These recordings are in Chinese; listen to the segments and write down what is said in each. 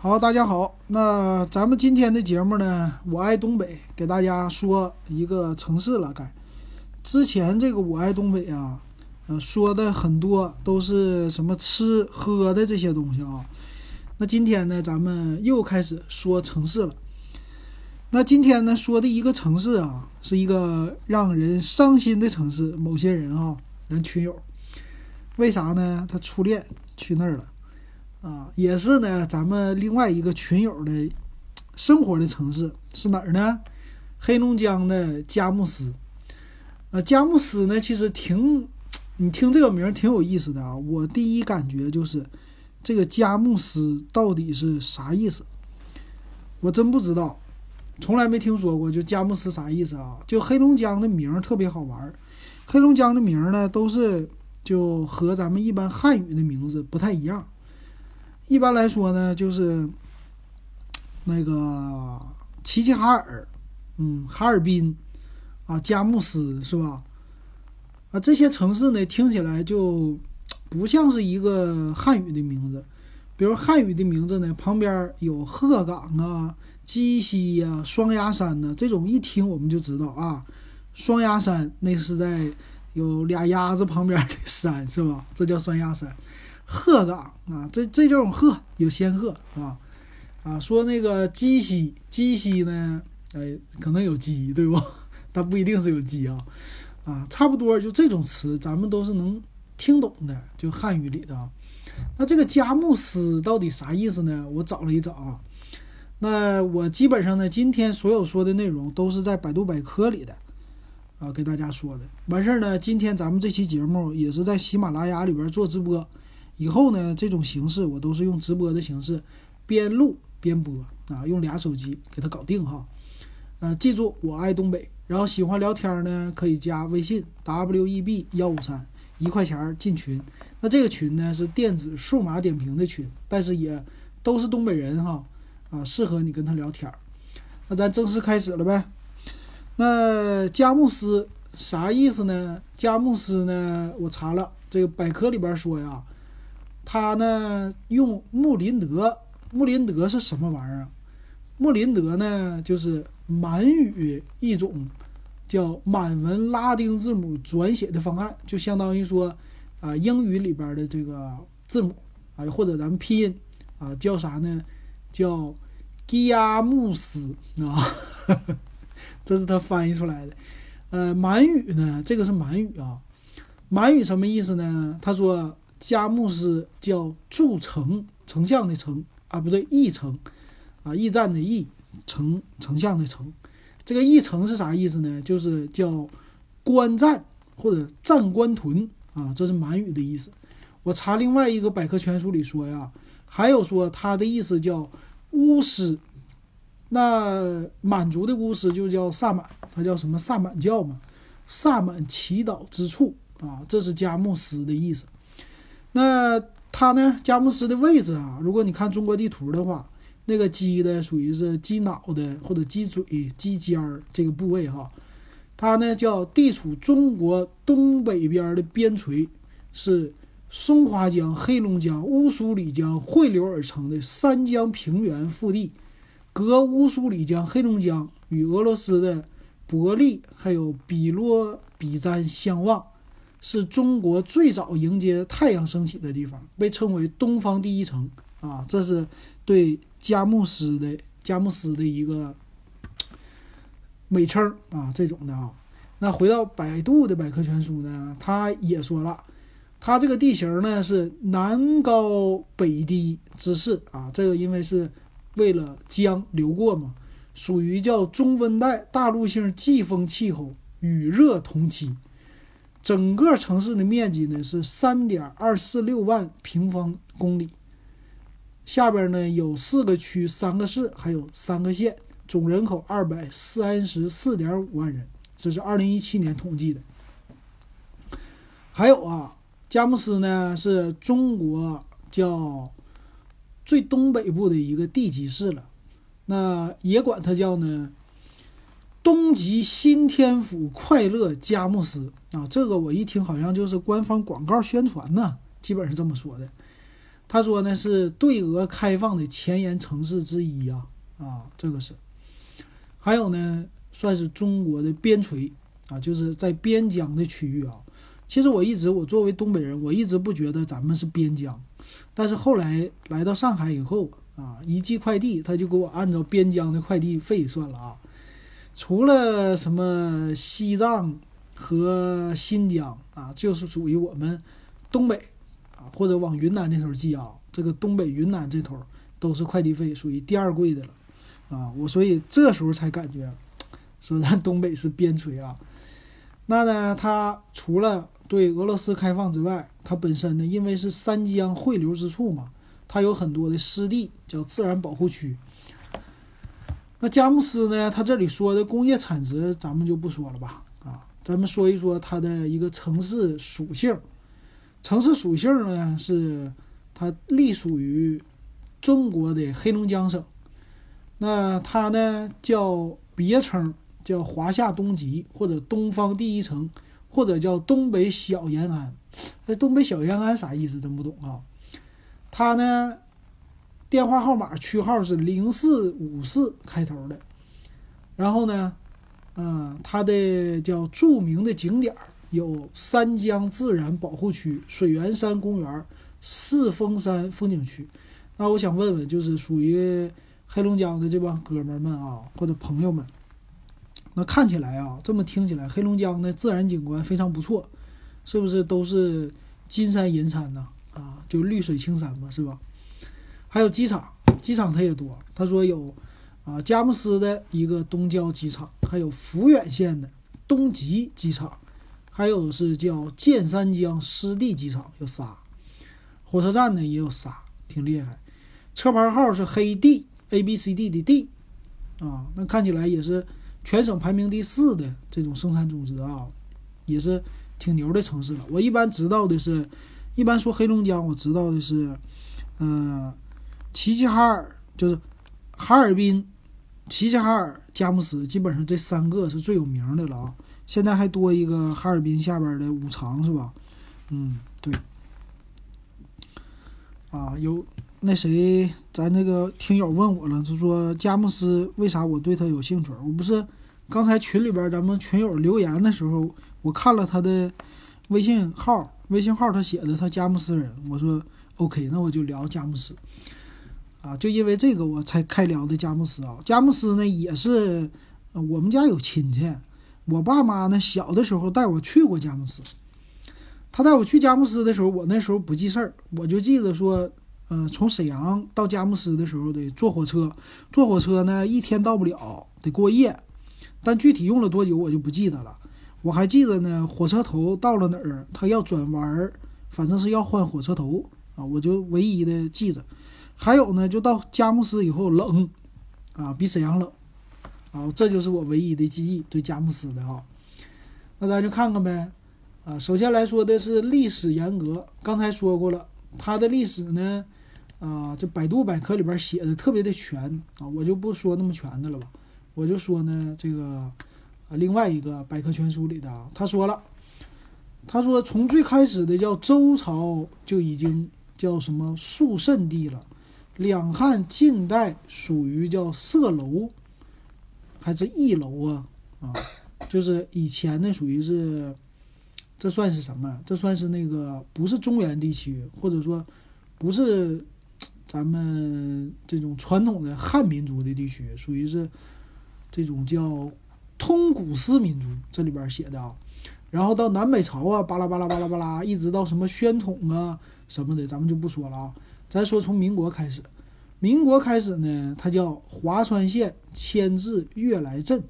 好，大家好。那咱们今天的节目呢，我爱东北，给大家说一个城市了。之前这个我爱东北啊，说的很多都是什么吃喝的这些东西啊。那今天呢，咱们又开始说城市了。那今天呢，说的一个城市啊，是一个让人伤心的城市。某些人啊，咱群友，为啥呢？他初恋去那儿了。也是呢，咱们另外一个群友的生活的城市是哪儿呢？黑龙江的佳木斯。佳木斯呢，其实你听这个名挺有意思的啊。我第一感觉就是这个佳木斯到底是啥意思？我真不知道，从来没听说过。就佳木斯啥意思啊？就黑龙江的名特别好玩。黑龙江的名呢，都是就和咱们一般汉语的名字不太一样。一般来说呢，就是那个齐齐哈尔，哈尔滨啊，佳木斯是吧？这些城市呢，听起来就不像是一个汉语的名字。比如汉语的名字呢，旁边有鹤岗啊、鸡西呀、双鸭山呢，这种一听我们就知道啊，双鸭山那是在有俩鸭子旁边的山是吧？这叫双鸭山。鹤岗啊，这种鹤有仙鹤说那个鸡西呢，可能有鸡对不？但不一定是有鸡差不多就这种词咱们都是能听懂的，就汉语里的。那这个佳木斯到底啥意思呢？我找了一找那我基本上呢，今天所有说的内容都是在百度百科里的给大家说的。完事儿呢，今天咱们这期节目也是在喜马拉雅里边做直播。以后呢，这种形式我都是用直播的形式，边录边播用俩手机给它搞定哈。记住我爱东北，然后喜欢聊天呢，可以加微信 WEB153，1块钱进群。那这个群呢是电子数码点评的群，但是也都是东北人哈适合你跟他聊天。那咱正式开始了呗。那佳木斯啥意思呢？佳木斯呢，我查了这个百科里边说呀。他呢用穆林德是什么玩意儿？穆林德呢就是满语一种叫满文拉丁字母转写的方案，就相当于说英语里边的这个字母或者咱们拼音叫啥呢？叫佳木斯这是他翻译出来的。满语呢，这个是满语满语什么意思呢？他说佳木斯叫筑城，丞相的丞不对，驿城驿站的驿，丞相的丞。这个驿城是啥意思呢？就是叫官站或者站官屯这是满语的意思。我查另外一个百科全书里说呀，还有说它的意思叫巫师。那满族的巫师就叫萨满，它叫什么萨满教嘛？萨满祈祷之处这是佳木斯的意思。那它呢，佳木斯的位置如果你看中国地图的话，那个鸡的属于是鸡脑的或者鸡嘴、鸡尖这个部位它呢叫地处中国东北边的边陲，是松花江、黑龙江、乌苏里江汇流而成的三江平原腹地，隔乌苏里江、黑龙江与俄罗斯的伯利还有比罗比詹相望，是中国最早迎接太阳升起的地方，被称为东方第一城这是对佳木斯的一个美称这种的那回到百度的百科全书呢，他也说了，它这个地形呢是南高北低之势这个因为是为了江流过嘛，属于叫中温带大陆性季风气候，雨热同期。整个城市的面积呢是 3.246 万平方公里，下边呢有4个区、3个市，还有3个县，总人口234.5万人，这是2017年统计的。还有佳木斯呢是中国叫最东北部的一个地级市了，那也管它叫呢东极新天府快乐佳木斯这个我一听好像就是官方广告宣传呢，基本是这么说的。 他说呢是对俄开放的前沿城市之一啊，这个是。还有呢，算是中国的边陲啊，就是在边疆的区域啊。其实我作为东北人，我一直不觉得咱们是边疆，但是后来来到上海以后啊，一寄快递他就给我按照边疆的快递费算了啊。除了什么西藏和新疆啊，就是属于我们东北啊，或者往云南这头寄啊，这个东北云南这头都是快递费属于第二贵的了啊。所以这时候才感觉说咱东北是边陲啊。那呢，它除了对俄罗斯开放之外，它本身呢，因为是三江汇流之处嘛，它有很多的湿地叫自然保护区。那佳木斯呢，它这里说的工业产值咱们就不说了吧啊，咱们说一说它的一个城市属性。城市属性呢，是它隶属于中国的黑龙江省。那它呢叫别称叫华夏东极，或者东方第一城，或者叫东北小延安。东北小延安啥意思真不懂啊。它呢电话号码区号是0454开头的。然后呢它的叫著名的景点有三江自然保护区、水源山公园、四峰山风景区。那我想问问，就是属于黑龙江的这帮哥们们啊，或者朋友们，那看起来啊，这么听起来，黑龙江的自然景观非常不错，是不是都是金山银山呢？就绿水青山嘛，是吧？还有机场它也多，他说有佳木斯的一个东郊机场，还有抚远县的东极机场，还有是叫建三江湿地机场，有仨。火车站呢也有仨，挺厉害。车牌号是黑 D ABCD 的 D 那看起来也是全省排名第4的这种生产组织啊，也是挺牛的城市了。我一般说黑龙江，我知道的是齐齐哈尔，就是哈尔滨、齐齐哈尔、佳木斯，基本上这3个是最有名的了啊。现在还多一个哈尔滨下边的五常，是吧？对。有那谁，咱那个听友问我了，他说佳木斯为啥我对他有兴趣？我不是刚才群里边咱们群友留言的时候，我看了他的微信号他写的他佳木斯人，我说 OK， 那我就聊佳木斯就因为这个我才开聊的佳木斯啊。佳木斯呢也是我们家有亲戚，我爸妈呢小的时候带我去过佳木斯。他带我去佳木斯的时候，我那时候不记事儿，我就记得说从沈阳到佳木斯的时候得坐火车呢一天到不了，得过夜，但具体用了多久我就不记得了。我还记得呢，火车头到了哪儿他要转弯，反正是要换火车头我就唯一的记着。还有呢，就到佳木斯以后冷比沈阳冷这就是我唯一的记忆对佳木斯的那咱就看看呗首先来说的是历史沿革，刚才说过了，它的历史呢这百度百科里边写的特别的全我就不说那么全的了吧，我就说呢这个另外一个百科全书里的他说从最开始的叫周朝就已经叫什么肃慎地了，两汉近代属于叫色楼还是一楼就是以前呢属于是，这算是什么？这算是那个不是中原地区，或者说不是咱们这种传统的汉民族的地区，属于是这种叫通古斯民族，这里边写的然后到南北朝巴拉巴拉巴拉巴拉，一直到什么宣统什么的，咱们就不说了咱说从民国开始。民国开始呢，它叫华川县迁至悦来镇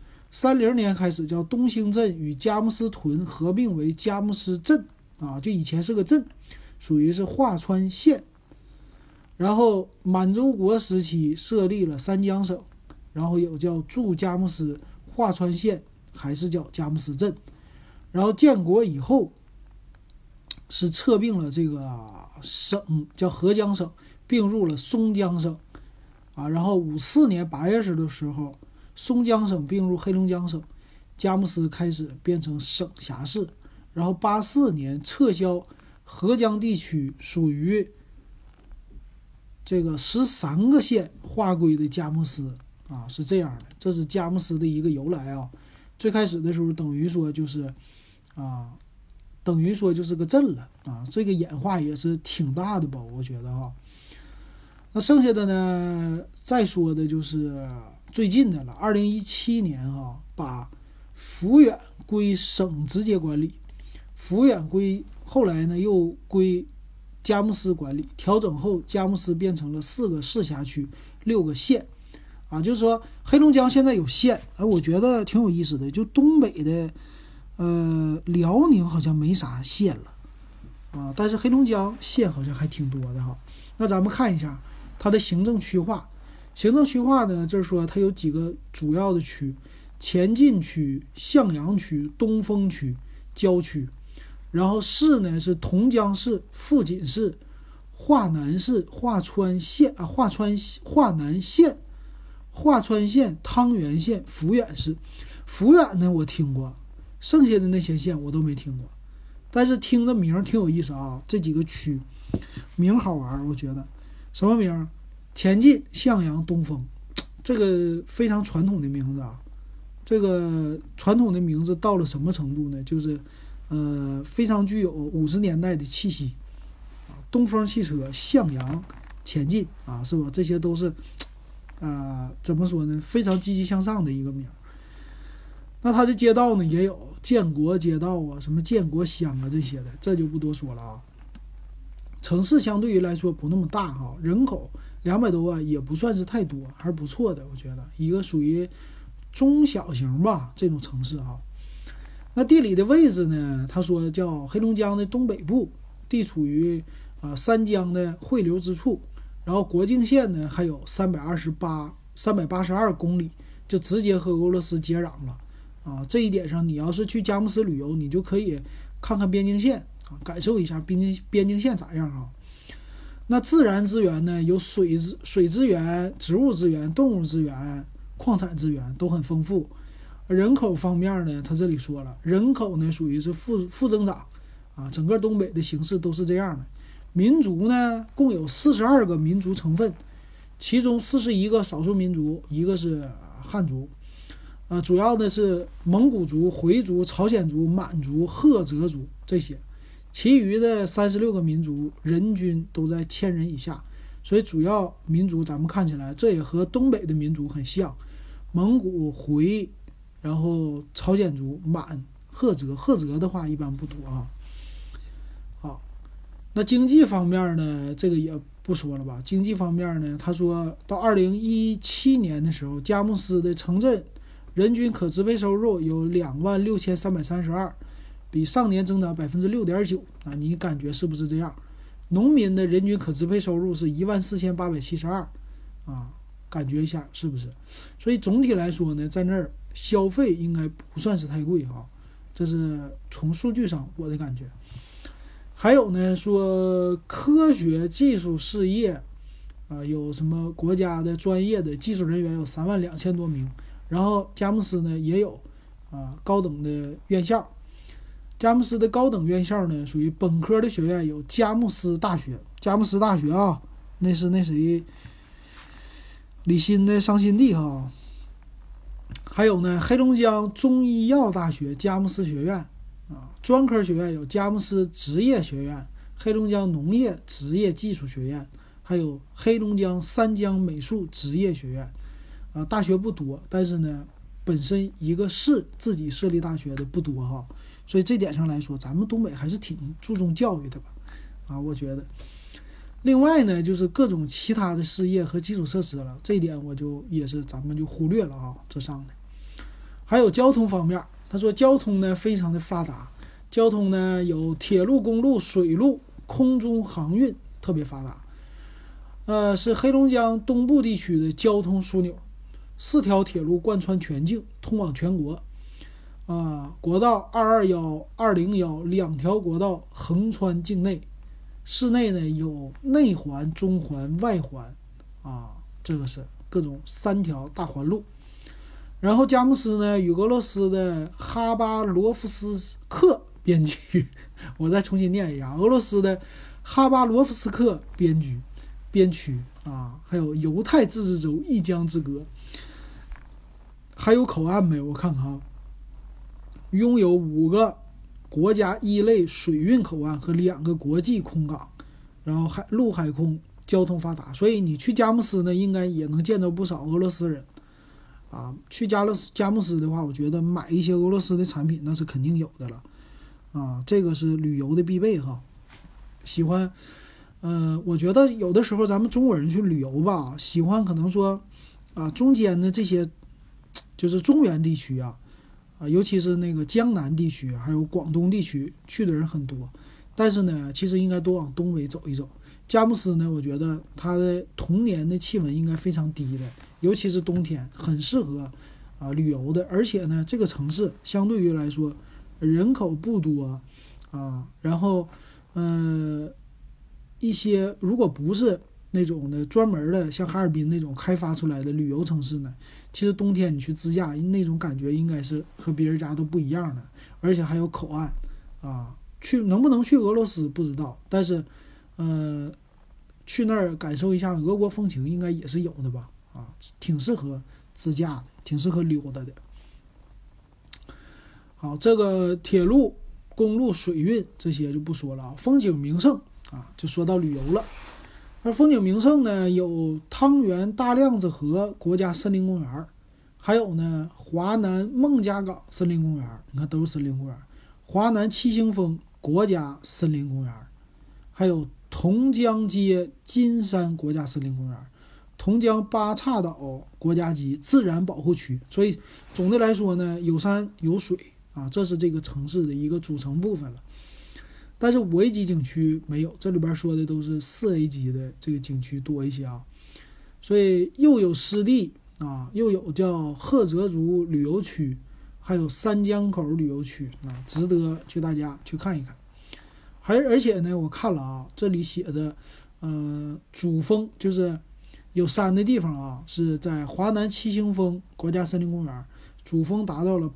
，30年开始叫东兴镇与佳木斯屯合并为佳木斯镇就以前是个镇，属于是华川县。然后满洲国时期设立了三江省，然后有叫驻佳木斯、华川县，还是叫佳木斯镇。然后建国以后是撤并了这个省，叫合江省，并入了松江省然后54年8月的时候，松江省并入黑龙江省，佳木斯开始变成省辖市。然后84年撤销合江地区属于这个13个县划归的佳木斯啊，是这样的，这是佳木斯的一个由来啊。最开始的时候等于说就是个镇了啊，这个演化也是挺大的吧，我觉得哈。那剩下的呢，再说的就是最近的了，2017年把抚远归省直接管理，抚远后来呢又归佳木斯管理，调整后佳木斯变成了4个市辖区，6个县啊，就是说黑龙江现在有县，我觉得挺有意思的。就东北的辽宁好像没啥县了啊，但是黑龙江县好像还挺多的哈。那咱们看一下它的行政区划，呢，就是说它有几个主要的区：前进区、向阳区、东风区、郊区。然后市呢是同江市、富锦市、华南市、华川县、汤原县、抚远市。抚远呢我听过，剩下的那些县我都没听过，但是听着名挺有意思啊。这几个区名好玩，我觉得什么名？前进、向阳、东风，这个非常传统的名字啊。这个传统的名字到了什么程度呢？就是非常具有50年代的气息。东风汽车、向阳、前进啊，是吧？这些都是怎么说呢？非常积极向上的一个名。那它的街道呢也有建国街道啊，什么建国乡啊这些的，这就不多说了啊。城市相对于来说不那么大哈，人口200多万也不算是太多，还是不错的，我觉得一个属于中小型吧这种城市哈。那地理的位置呢，他说叫黑龙江的东北部，地处于三江的汇流之处，然后国境线呢还有382公里，就直接和俄罗斯接壤了啊。这一点上，你要是去佳木斯旅游，你就可以看看边境线啊，感受一下边境线咋样啊。那自然资源呢，有水资源、植物资源、动物资源、矿产资源都很丰富。人口方面呢，他这里说了，人口呢属于是负增长啊，整个东北的形势都是这样的。民族呢共有42个民族成分，其中41个少数民族，一个是汉族，主要的是蒙古族、回族、朝鲜族、满族、赫哲族这些，其余的36个民族人均都在1000人以下。所以主要民族咱们看起来这也和东北的民族很像，蒙古、回，然后朝鲜族、满、赫哲的话一般不多啊。好，那经济方面呢，这个也不说了吧。经济方面呢，他说到2017年的时候，佳木斯的城镇人均可支配收入有26332，比上年增长6.9%啊，你感觉是不是这样？农民的人均可支配收入是14872啊，感觉一下是不是？所以总体来说呢，在那儿消费应该不算是太贵哈，这是从数据上我的感觉。还有呢，说科学技术事业有什么国家的专业的技术人员有32000多名，然后佳木斯呢也有高等的院校。佳木斯的高等院校呢属于本科的学院有佳木斯大学啊，那是那谁李欣的伤心地哈。还有呢，黑龙江中医药大学佳木斯学院专科学院有佳木斯职业学院、黑龙江农业职业技术学院，还有黑龙江三江美术职业学院大学不多，但是呢本身一个市自己设立大学的不多哈，所以这点上来说咱们东北还是挺注重教育的吧我觉得。另外呢，就是各种其他的事业和基础设施了，这一点我就也是咱们就忽略了这上的。还有交通方面，他说交通呢非常的发达，交通呢有铁路、公路、水路、空中航运特别发达，是黑龙江东部地区的交通枢纽，4条铁路贯穿全境，通往全国。国道221、201，2条国道横穿境内。市内呢有内环、中环、外环这个是各种3条大环路。然后佳木斯呢与俄罗斯的哈巴罗夫斯克边区，我再重新念一下，俄罗斯的哈巴罗夫斯克边区啊，还有犹太自治州一江之隔。还有口岸没？我看看啊，拥有5个国家1类水运口岸和2个国际空港，然后陆海空交通发达，所以你去佳木斯呢，应该也能见到不少俄罗斯人啊。去佳木斯的话，我觉得买一些俄罗斯的产品那是肯定有的了啊，这个是旅游的必备哈。喜欢，我觉得有的时候咱们中国人去旅游吧，喜欢可能说啊，中间的这些就是中原地区啊，尤其是那个江南地区还有广东地区去的人很多，但是呢，其实应该多往东北走一走。佳木斯呢，我觉得它的同年的气温应该非常低的，尤其是冬天，很适合旅游的。而且呢，这个城市相对于来说人口不多啊，然后一些如果不是那种的专门的像哈尔滨那种开发出来的旅游城市呢，其实冬天你去自驾那种感觉应该是和别人家都不一样的，而且还有口岸啊。去能不能去俄罗斯不知道，但是去那儿感受一下俄国风情应该也是有的吧，啊，挺适合自驾的，挺适合溜达的。好，这个铁路、公路、水运这些就不说了啊，风景名胜啊，就说到旅游了。那风景名胜呢，有汤原大亮子河国家森林公园，还有呢华南孟家岗森林公园，你看都是森林公园。华南七星峰国家森林公园，还有同江街金山国家森林公园，同江八岔岛国家级自然保护区。所以总的来说呢，有山有水啊，这是这个城市的一个组成部分了。但是5A 级景区没有，这里边说的都是4A 级的这个景区多一些啊。所以又有湿地啊，又有叫赫哲族旅游区，还有三江口旅游区啊，值得去大家去看一看。而且呢，我看了啊，这里写着，主峰就是有山的地方啊，是在华南七星峰国家森林公园，主峰达到了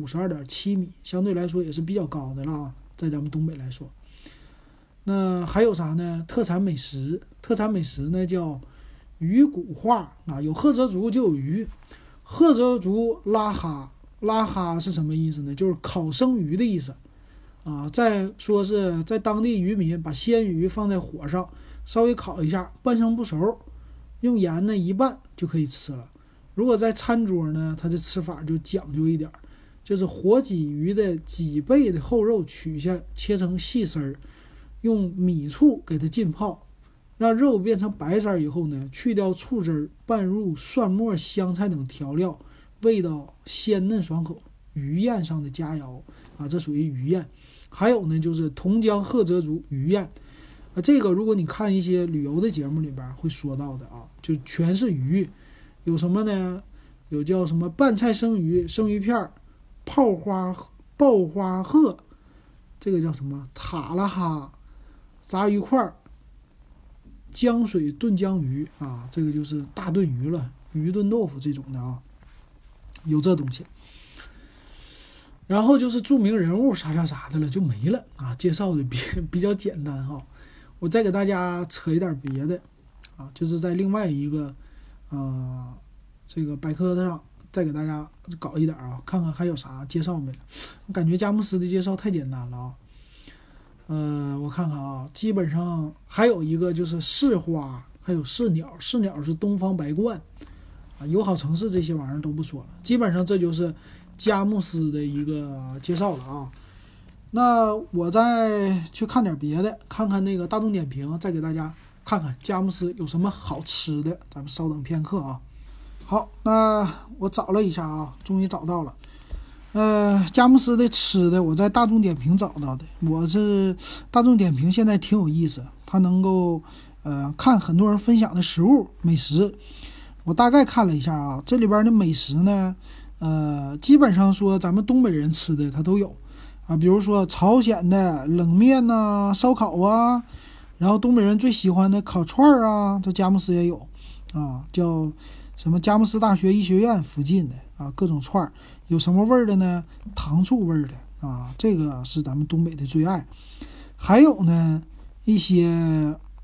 852.7米，相对来说也是比较高的了啊，在咱们东北来说。那还有啥呢？特产美食呢叫鱼骨化啊，有赫哲族就有鱼，赫哲族拉哈是什么意思呢？就是烤生鱼的意思啊。再说是在当地渔民把鲜鱼放在火上稍微烤一下，半生不熟，用盐呢一拌就可以吃了。如果在餐桌呢，它的吃法就讲究一点，就是活鲫鱼的脊背的后肉取下，切成细丝儿，用米醋给它浸泡，让肉变成白色以后呢，去掉醋汁儿，拌入蒜末、香菜等调料，味道鲜嫩爽口，鱼宴上的佳肴啊，这属于鱼宴。还有呢，就是同江赫哲族鱼宴啊，这个如果你看一些旅游的节目里边会说到的啊，就全是鱼，有什么呢？有叫什么拌菜生鱼、生鱼片、爆花鹤，这个叫什么塔拉哈炸鱼块、江水炖江鱼啊，这个就是大炖鱼了，鱼炖豆腐这种的啊，有这东西。然后就是著名人物啥的了就没了啊，介绍的比较简单哈。我再给大家扯一点别的啊，就是在另外一个这个百科上再给大家搞一点啊，看看还有啥介绍没了。我感觉佳木斯的介绍太简单了啊。我看看啊，基本上还有一个就是市花，还有市鸟是东方白鹳啊，友好城市这些玩意儿都不说了，基本上这就是佳木斯的一个介绍了啊。那我再去看点别的，看看那个大众点评，再给大家看看佳木斯有什么好吃的，咱们稍等片刻啊。好，那我找了一下啊，终于找到了。佳木斯的吃的我在大众点评找到的。我是大众点评现在挺有意思，它能够看很多人分享的食物美食。我大概看了一下啊，这里边的美食呢，基本上说咱们东北人吃的它都有啊，比如说朝鲜的冷面呐、烧烤啊，然后东北人最喜欢的烤串啊，这佳木斯也有啊，叫什么佳木斯大学医学院附近的啊，各种串有什么味儿的呢？糖醋味儿的啊，这个是咱们东北的最爱。还有呢，一些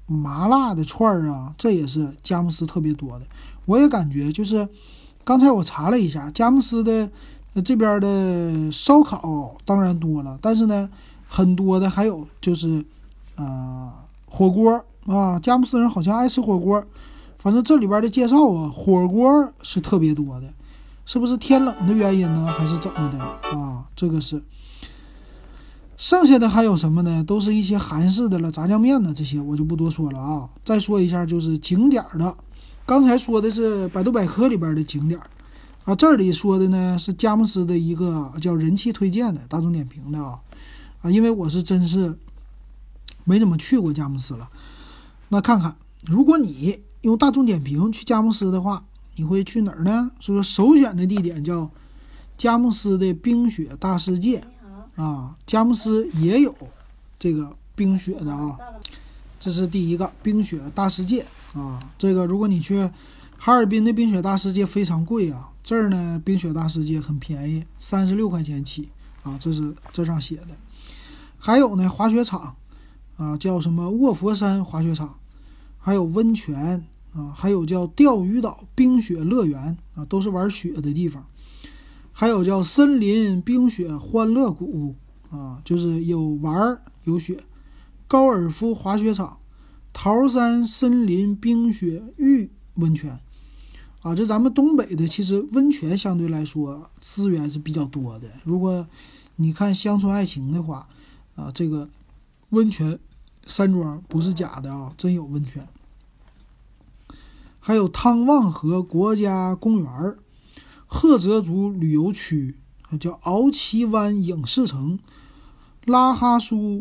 麻辣的串儿啊，这也是佳木斯特别多的。我也感觉就是刚才我查了一下，佳木斯的这边的烧烤当然多了，但是呢，很多的还有就是火锅啊，佳木斯人好像爱吃火锅。反正这里边的介绍啊，火锅是特别多的，是不是天冷的原因呢，还是怎么的啊？这个是。剩下的还有什么呢？都是一些韩式的了，炸酱面呢，这些我就不多说了啊。再说一下就是景点的，刚才说的是百度百科里边的景点啊，这里说的呢是佳木斯的一个叫人气推荐的大众点评的啊，因为我是真是没怎么去过佳木斯了。那看看，如果你用大众点评去佳木斯的话，你会去哪儿呢？说首选的地点叫佳木斯的冰雪大世界。佳木斯也有这个冰雪的啊，这是第一个冰雪大世界啊。这个如果你去哈尔滨的冰雪大世界非常贵啊，这儿呢冰雪大世界很便宜，36块钱起啊，这是这上写的。还有呢滑雪场啊，叫什么卧佛山滑雪场，还有温泉啊，还有叫钓鱼岛冰雪乐园啊，都是玩雪的地方。还有叫森林冰雪欢乐谷啊，就是有玩有雪。高尔夫滑雪场、桃山森林冰雪浴温泉啊，这咱们东北的其实温泉相对来说资源是比较多的。如果你看乡村爱情的话啊，这个温泉山庄不是假的啊，真有温泉。还有汤旺河国家公园、赫哲族旅游区，叫敖齐湾影视城、拉哈苏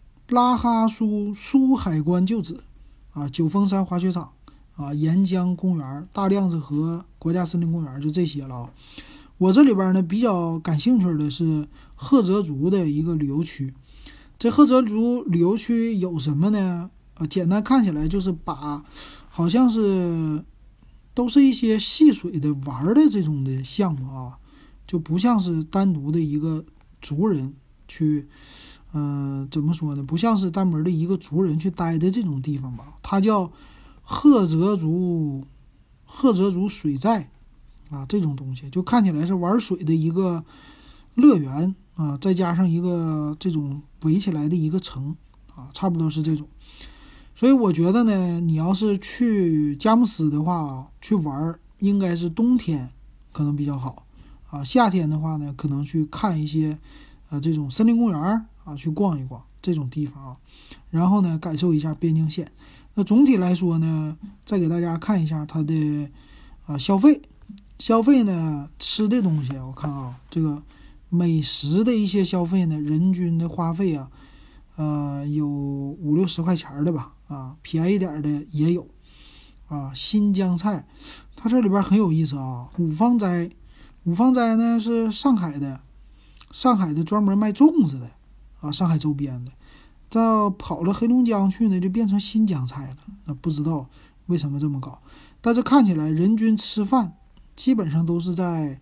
苏海关旧址啊，九峰山滑雪场啊，沿江公园、大亮子河国家森林公园，就这些了啊。我这里边呢比较感兴趣的是赫哲族的一个旅游区。这赫哲族旅游区有什么呢？简单看起来就是把好像是都是一些戏水的玩的这种的项目啊，就不像是单独的一个族人去怎么说呢，不像是单门的一个族人去待的这种地方吧。它叫赫哲族水寨啊，这种东西就看起来是玩水的一个乐园啊，再加上一个这种围起来的一个城啊，差不多是这种。所以我觉得呢，你要是去佳木斯的话，去玩应该是冬天可能比较好啊。夏天的话呢，可能去看一些这种森林公园啊，去逛一逛这种地方啊，然后呢感受一下边境线。那总体来说呢，再给大家看一下它的消费呢，吃的东西我看啊，这个美食的一些消费呢，人均的花费啊，有50-60块钱的吧，啊，便宜点的也有，啊，新疆菜，它这里边很有意思啊。五芳斋呢是上海的专门卖粽子的啊，上海周边的，到跑了黑龙江去呢，就变成新疆菜了。那不知道为什么这么搞，但是看起来人均吃饭基本上都是在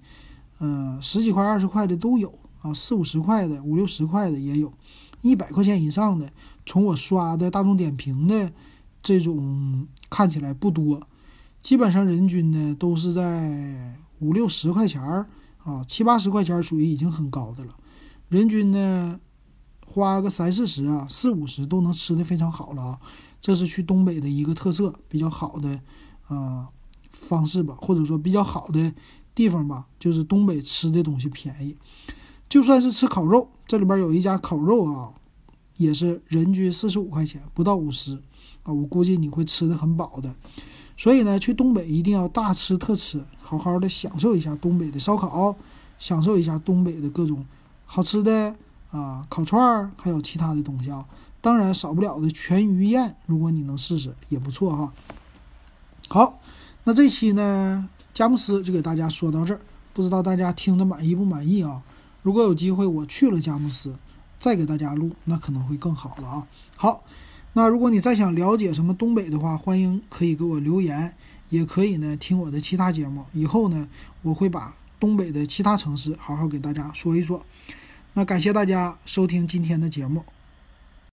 10几块20块的都有啊，40-50块的50-60块的也有，100块钱以上的，从我刷的大众点评的这种看起来不多，基本上人均呢都是在50-60块钱啊，70-80块钱属于已经很高的了。人均呢花个30-40啊，40-50都能吃得非常好了啊。这是去东北的一个特色，比较好的方式吧，或者说比较好的地方吧，就是东北吃的东西便宜。就算是吃烤肉，这里边有一家烤肉啊，也是人均45块钱，不到50啊，我估计你会吃得很饱的。所以呢，去东北一定要大吃特吃，好好的享受一下东北的烧烤，享受一下东北的各种好吃的啊，烤串还有其他的东西啊。当然少不了的全鱼宴，如果你能试试也不错哈。好，那这期呢佳木斯就给大家说到这儿，不知道大家听得满意不满意啊？如果有机会我去了佳木斯再给大家录，那可能会更好了啊。好，那如果你再想了解什么东北的话，欢迎可以给我留言，也可以呢听我的其他节目，以后呢我会把东北的其他城市好好给大家说一说。那感谢大家收听今天的节目。